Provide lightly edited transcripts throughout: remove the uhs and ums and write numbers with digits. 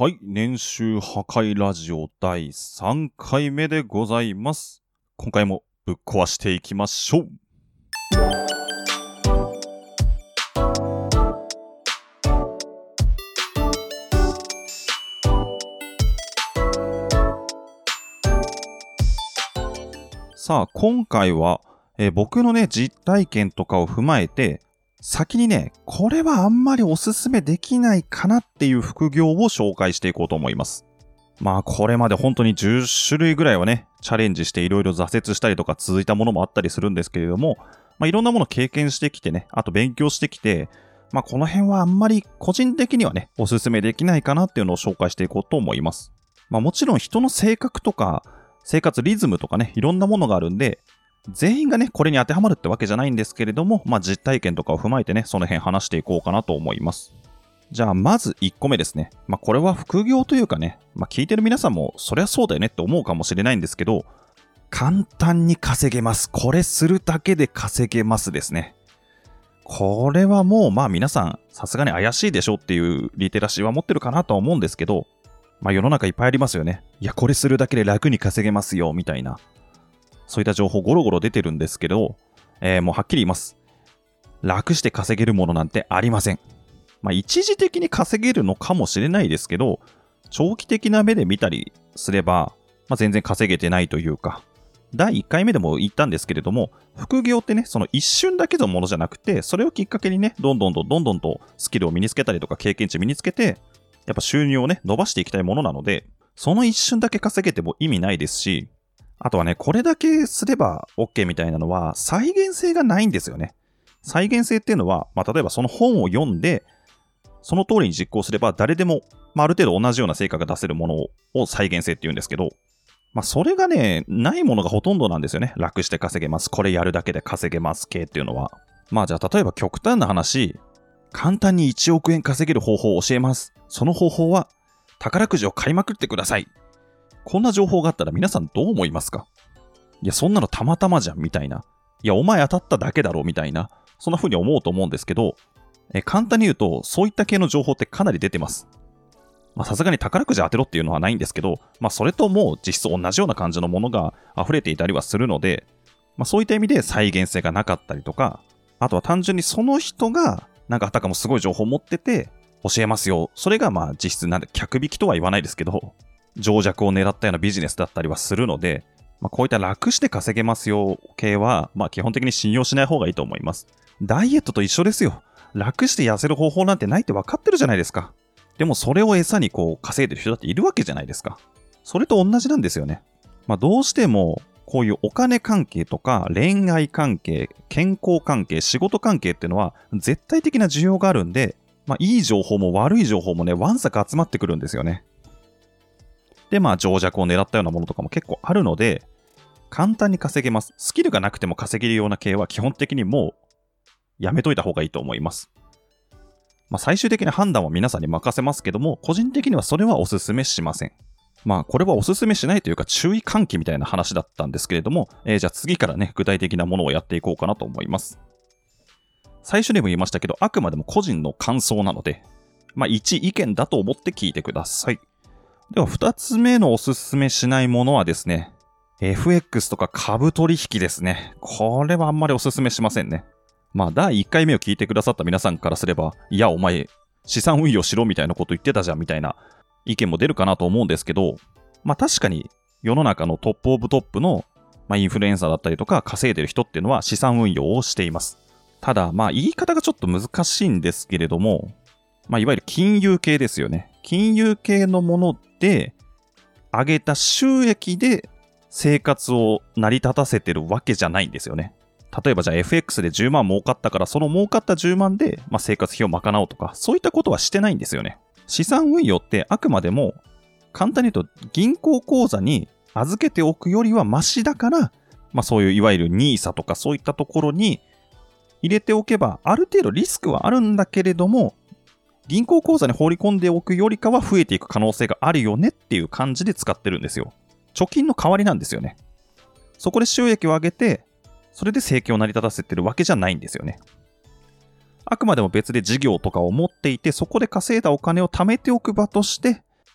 はい、年収破壊ラジオ第3回目でございます。今回もぶっ壊していきましょう。さあ、今回は、僕のね、実体験とかを踏まえて、先にね、これはあんまりおすすめできないかなっていう副業を紹介していこうと思います。まあこれまで本当に10種類ぐらいはね、チャレンジしていろいろ挫折したりとか続いたものもあったりするんですけれども、いろんなもの経験してきてね、あと勉強してきて、この辺はあんまり個人的にはね、おすすめできないかなっていうのを紹介していこうと思います。もちろん人の性格とか、生活リズムとかね、いろんなものがあるんで、全員がね、これに当てはまるってわけじゃないんですけれども、実体験とかを踏まえてね、その辺話していこうかなと思います。じゃあ、まず1個目ですね。これは副業というかね、聞いてる皆さんも、そりゃそうだよねって思うかもしれないんですけど、簡単に稼げます。これするだけで稼げますですね。これはもう、皆さん、さすがに怪しいでしょっていうリテラシーは持ってるかなとは思うんですけど、世の中いっぱいありますよね。いや、これするだけで楽に稼げますよ、みたいな。そういった情報ゴロゴロ出てるんですけど、もうはっきり言います。楽して稼げるものなんてありません。一時的に稼げるのかもしれないですけど、長期的な目で見たりすれば、全然稼げてないというか、第1回目でも言ったんですけれども、副業ってね、その一瞬だけのものじゃなくて、それをきっかけにね、どんどんとスキルを身につけたりとか経験値身につけて、やっぱ収入をね、伸ばしていきたいものなので、その一瞬だけ稼げても意味ないですし、あとはね、これだけすれば OK みたいなのは再現性がないんですよね。再現性っていうのは、例えばその本を読んで、その通りに実行すれば誰でも、ある程度同じような成果が出せるものを再現性って言うんですけど、それがね、ないものがほとんどなんですよね。楽して稼げます。これやるだけで稼げます系っていうのは。じゃあ例えば極端な話、簡単に1億円稼げる方法を教えます。その方法は宝くじを買いまくってください。こんな情報があったら皆さんどう思いますか？いや、そんなのたまたまじゃんみたいな。いや、お前当たっただけだろみたいな。そんな風に思うと思うんですけど、簡単に言うと、そういった系の情報ってかなり出てます。さすがに宝くじ当てろっていうのはないんですけど、それとも実質同じような感じのものが溢れていたりはするので、そういった意味で再現性がなかったりとか、あとは単純にその人がなんかあたかもすごい情報を持ってて教えますよ。それが実質客引きとは言わないですけど、情弱を狙ったようなビジネスだったりはするので、こういった楽して稼げますよ系は、基本的に信用しない方がいいと思います。ダイエットと一緒ですよ。楽して痩せる方法なんてないって分かってるじゃないですか。でもそれを餌に稼いでる人だっているわけじゃないですか。それと同じなんですよね。どうしてもこういうお金関係とか恋愛関係、健康関係、仕事関係っていうのは絶対的な需要があるんで、いい情報も悪い情報もね、わんさか集まってくるんですよね。で、情弱を狙ったようなものとかも結構あるので、簡単に稼げます。スキルがなくても稼げるような系は基本的にもうやめといた方がいいと思います。最終的な判断は皆さんに任せますけども、個人的にはそれはお勧めしません。これはお勧めしないというか注意喚起みたいな話だったんですけれども、じゃあ次からね、具体的なものをやっていこうかなと思います。最初にも言いましたけど、あくまでも個人の感想なので、一意見だと思って聞いてください。では2つ目のおすすめしないものはですね、FX とか株取引ですね。これはあんまりおすすめしませんね。第1回目を聞いてくださった皆さんからすれば、いやお前資産運用しろみたいなこと言ってたじゃんみたいな意見も出るかなと思うんですけど、確かに世の中のトップオブトップの、インフルエンサーだったりとか稼いでる人っていうのは資産運用をしています。ただ言い方がちょっと難しいんですけれども、いわゆる金融系ですよね。金融系のもので上げた収益で生活を成り立たせてるわけじゃないんですよね。例えばじゃあ FX で10万儲かったからその儲かった10万で生活費を賄おうとかそういったことはしてないんですよね。資産運用ってあくまでも簡単に言うと銀行口座に預けておくよりはマシだから、そういういわゆる NISA とかそういったところに入れておけばある程度リスクはあるんだけれども、銀行口座に放り込んでおくよりかは増えていく可能性があるよねっていう感じで使ってるんですよ。貯金の代わりなんですよね。そこで収益を上げてそれで生計を成り立たせてるわけじゃないんですよね。あくまでも別で事業とかを持っていて、そこで稼いだお金を貯めておく場として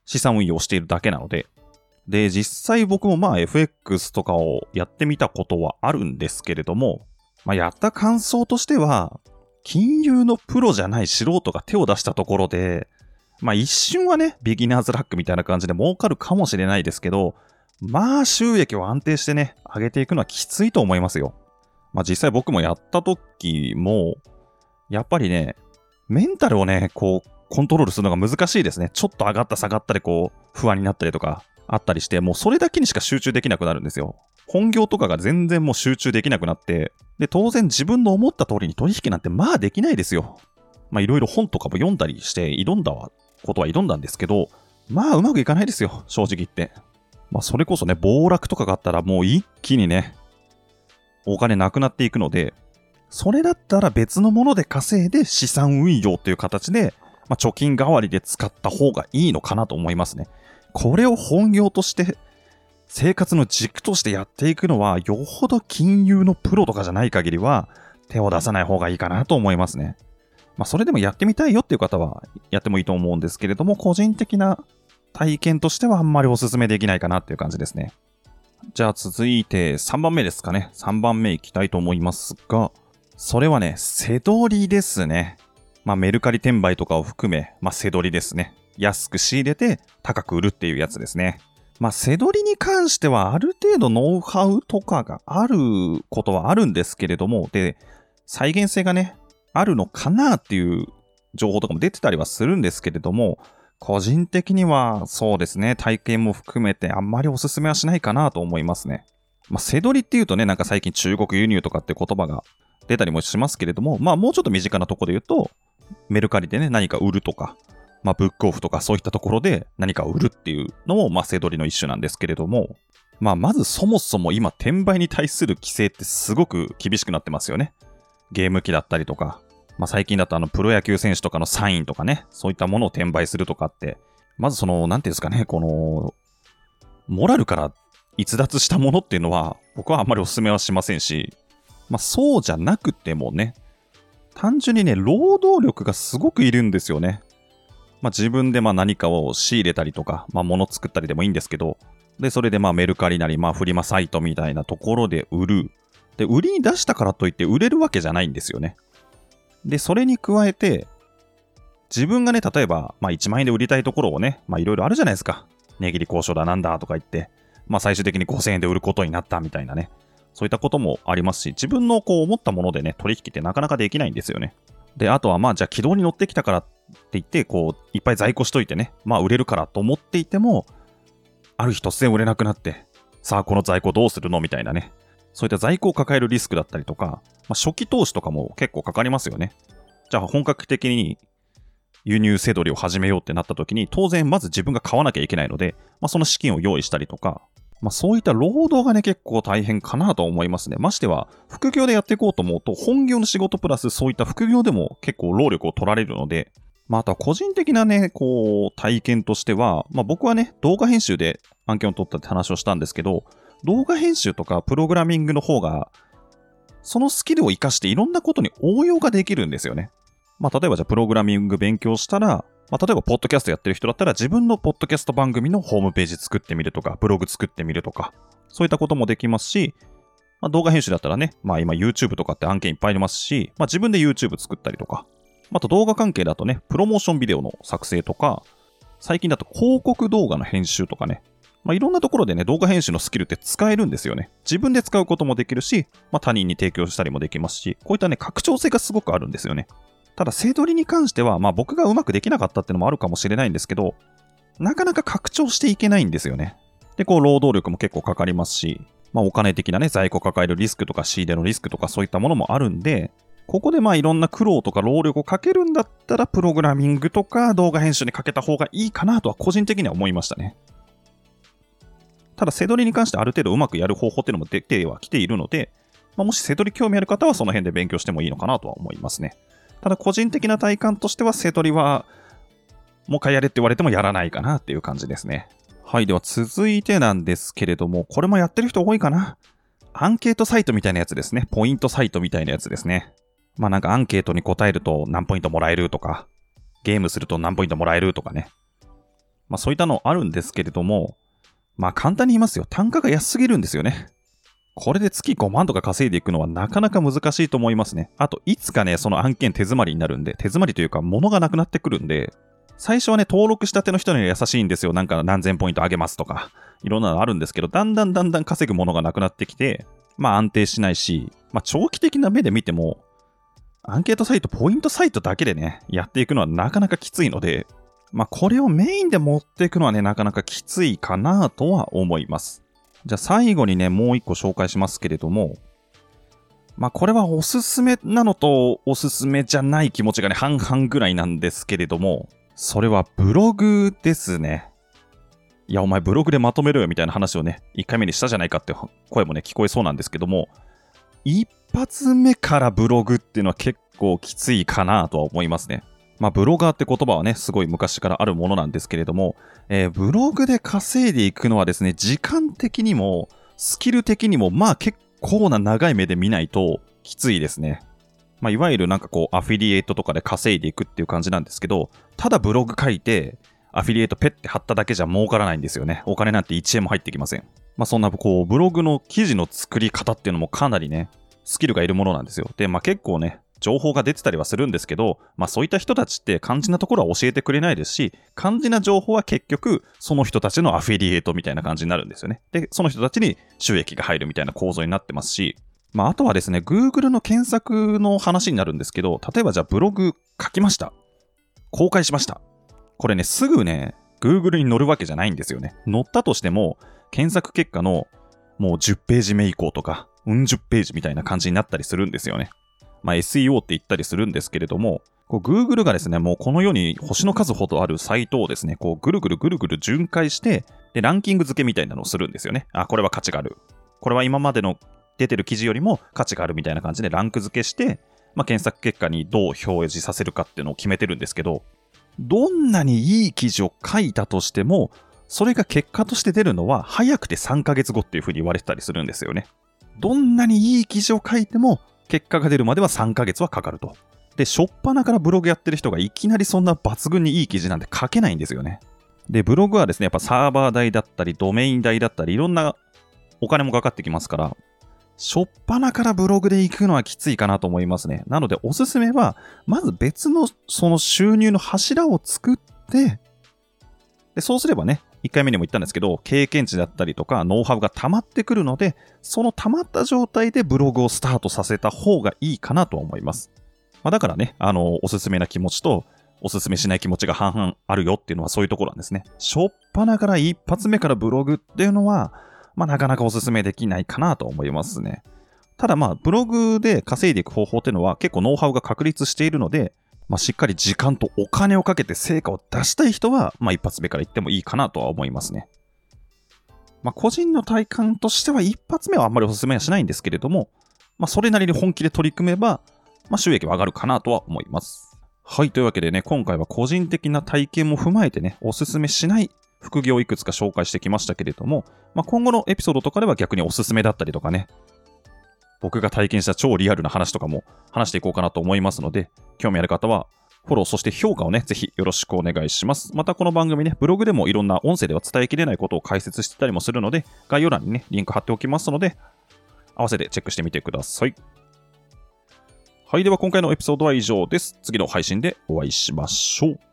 資産運用をしているだけなので。で、実際僕もまあ FX とかをやってみたことはあるんですけれども、まあやった感想としては、金融のプロじゃない素人が手を出したところで、まあ一瞬はね、ビギナーズラックみたいな感じで儲かるかもしれないですけど、まあ収益を安定してね、上げていくのはきついと思いますよ。まあ実際僕もやった時も、やっぱりね、メンタルをね、こう、コントロールするのが難しいですね。ちょっと上がった下がったり、こう、不安になったりとかあったりして、もうそれだけにしか集中できなくなるんですよ。本業とかが全然もう集中できなくなって、で、当然自分の思った通りに取引なんてまあできないですよ。まあいろいろ本とかも読んだりしてことは挑んだんですけど、まあうまくいかないですよ、正直言って。まあそれこそね、暴落とかがあったらもう一気にね、お金なくなっていくので、それだったら別のもので稼いで資産運用という形で、まあ、貯金代わりで使った方がいいのかなと思いますね。これを本業として生活の軸としてやっていくのはよほど金融のプロとかじゃない限りは手を出さない方がいいかなと思いますね。まあそれでもやってみたいよっていう方はやってもいいと思うんですけれども、個人的な体験としてはあんまりお勧めできないかなっていう感じですね。じゃあ続いて3番目ですかね。3番目いきたいと思いますが、それはね、背取りですね。まあメルカリ転売とかを含め、まあ背取りですね。安く仕入れて高く売るっていうやつですね。まあ背取りに関してはある程度ノウハウとかがあることはあるんですけれども、で、再現性がね、あるのかなっていう情報とかも出てたりはするんですけれども、個人的にはそうですね、体験も含めてあんまりおすすめはしないかなと思いますね。まあ背取りっていうとね、なんか最近中国輸入とかって言葉が出たりもしますけれども、まあもうちょっと身近なところで言うと、メルカリでね、何か売るとか、まあブックオフとかそういったところで何かを売るっていうのも、まあ背取りの一種なんですけれども、まあまずそもそも今転売に対する規制ってすごく厳しくなってますよね。ゲーム機だったりとか、まあ最近だとプロ野球選手とかのサインとかね、そういったものを転売するとかって、まずなんていうんですかね、モラルから逸脱したものっていうのは、僕はあんまりお勧めはしませんし、まあそうじゃなくてもね、単純にね、労働力がすごくいるんですよね。まあ自分でまあ何かを仕入れたりとか、まあ物作ったりでもいいんですけど、で、それでまあメルカリなり、まあフリマサイトみたいなところで売る。で、売りに出したからといって売れるわけじゃないんですよね。で、それに加えて、自分がね、例えば、まあ1万円で売りたいところをね、まあいろいろあるじゃないですか。値切り交渉だなんだとか言って、まあ最終的に5000円で売ることになったみたいなね。そういったこともありますし、自分のこう思ったものでね、取引ってなかなかできないんですよね。で、あとはまあじゃあ軌道に乗ってきたからって言って、こう、いっぱい在庫しといてね、まあ売れるからと思っていても、ある日突然売れなくなって、さあこの在庫どうするのみたいなね。そういった在庫を抱えるリスクだったりとか、まあ、初期投資とかも結構かかりますよね。じゃあ本格的に輸入せどりを始めようってなった時に、当然まず自分が買わなきゃいけないので、まあ、その資金を用意したりとか、まあ、そういった労働がね、結構大変かなと思いますね。ましては、副業でやっていこうと思うと、本業の仕事プラスそういった副業でも結構労力を取られるので、まあ、あとは個人的なね、こう、体験としては、まあ、僕はね、動画編集で案件を取ったって話をしたんですけど、動画編集とかプログラミングの方が、そのスキルを活かしていろんなことに応用ができるんですよね。まあ、例えばじゃあプログラミング勉強したら、まあ、例えばポッドキャストやってる人だったら自分のポッドキャスト番組のホームページ作ってみるとか、ブログ作ってみるとか、そういったこともできますし、まあ、動画編集だったらね、まあ今 YouTube とかって案件いっぱいありますし、まあ自分で YouTube 作ったりとか、あと動画関係だとね、プロモーションビデオの作成とか、最近だと広告動画の編集とかね、まあいろんなところでね、動画編集のスキルって使えるんですよね。自分で使うこともできるし、まあ他人に提供したりもできますし、こういったね、拡張性がすごくあるんですよね。ただ、背取りに関しては、まあ僕がうまくできなかったっていうのもあるかもしれないんですけど、なかなか拡張していけないんですよね。で、こう、労働力も結構かかりますし、まあお金的なね、在庫抱えるリスクとか仕入れのリスクとかそういったものもあるんで、ここでまあいろんな苦労とか労力をかけるんだったら、プログラミングとか動画編集にかけた方がいいかなとは個人的には思いましたね。ただ、背取りに関してある程度うまくやる方法っていうのも出てはきているので、まあ、もし背取り興味ある方はその辺で勉強してもいいのかなとは思いますね。ただ個人的な体感としては、背取りは、もう一回やれって言われてもやらないかなっていう感じですね。はい。では続いてなんですけれども、これもやってる人多いかな。アンケートサイトみたいなやつですね。ポイントサイトみたいなやつですね。まあなんかアンケートに答えると何ポイントもらえるとか、ゲームすると何ポイントもらえるとかね。 そういったのあるんですけれども、簡単に言いますよ。単価が安すぎるんですよね。これで月5万とか稼いでいくのはなかなか難しいと思いますね。あと、いつかね、その案件手詰まりになるんで、手詰まりというか物がなくなってくるんで、最初はね、登録したての人には優しいんですよ。なんか何千ポイントあげますとか、いろんなのあるんですけど、だんだん稼ぐものがなくなってきて、安定しないし、長期的な目で見ても、アンケートサイト、ポイントサイトだけでね、やっていくのはなかなかきついので、これをメインで持っていくのはね、なかなかきついかなとは思います。じゃあ最後にね、もう一個紹介しますけれども、これはおすすめなのとおすすめじゃない気持ちがね、半々ぐらいなんですけれども、それはブログですね。いや、お前ブログでまとめろよみたいな話をね、1回目にしたじゃないかって声もね、聞こえそうなんですけども、一発目からブログっていうのは結構きついかなとは思いますね。ブロガーって言葉はね、すごい昔からあるものなんですけれども、ブログで稼いでいくのはですね、時間的にも、スキル的にも、結構な長い目で見ないときついですね。いわゆるアフィリエイトとかで稼いでいくっていう感じなんですけど、ただブログ書いて、アフィリエイトペッて貼っただけじゃ儲からないんですよね。お金なんて1円も入ってきません。そんなブログの記事の作り方っていうのもかなりね、スキルがいるものなんですよ。で、結構ね、情報が出てたりはするんですけど、そういった人たちって肝心なところは教えてくれないですし、肝心な情報は結局、その人たちのアフィリエイトみたいな感じになるんですよね。で、その人たちに収益が入るみたいな構造になってますし、あとはですね、Google の検索の話になるんですけど、例えばじゃあブログ書きました。公開しました。これね、すぐね、Google に載るわけじゃないんですよね。載ったとしても、検索結果のもう10ページ目以降とか、10ページみたいな感じになったりするんですよね。SEO って言ったりするんですけれども、Google がですね、もうこの世に星の数ほどあるサイトをですね、ぐるぐる巡回して、で、ランキング付けみたいなのをするんですよね。これは価値がある。これは今までの出てる記事よりも価値があるみたいな感じでランク付けして、検索結果にどう表示させるかっていうのを決めてるんですけど、どんなにいい記事を書いたとしても、それが結果として出るのは早くて3ヶ月後っていう風に言われてたりするんですよね。どんなにいい記事を書いても、結果が出るまでは3ヶ月はかかると。で、初っ端からブログやってる人がいきなりそんな抜群にいい記事なんて書けないんですよね。で、ブログはですね、やっぱサーバー代だったり、ドメイン代だったり、いろんなお金もかかってきますから、初っ端からブログで行くのはきついかなと思いますね。なので、おすすめは、まず別のその収入の柱を作って、で、そうすればね、1回目にも言ったんですけど、経験値だったりとか、ノウハウが溜まってくるので、その溜まった状態でブログをスタートさせた方がいいかなと思います。だからね、おすすめな気持ちと、おすすめしない気持ちが半々あるよっていうのはそういうところなんですね。初っ端から一発目からブログっていうのは、なかなかおすすめできないかなと思いますね。ただブログで稼いでいく方法っていうのは結構ノウハウが確立しているので、しっかり時間とお金をかけて成果を出したい人は、一発目から言ってもいいかなとは思いますね。個人の体感としては一発目はあんまりおすすめはしないんですけれども、それなりに本気で取り組めば、収益は上がるかなとは思います。はい、というわけでね、今回は個人的な体験も踏まえてね、おすすめしない副業をいくつか紹介してきましたけれども、今後のエピソードとかでは逆におすすめだったりとかね、僕が体験した超リアルな話とかも話していこうかなと思いますので、興味ある方はフォロー、そして評価をね、ぜひよろしくお願いします。またこの番組ね、ブログでもいろんな音声では伝えきれないことを解説してたりもするので、概要欄にね、リンク貼っておきますので、合わせてチェックしてみてください。はい、では今回のエピソードは以上です。次の配信でお会いしましょう。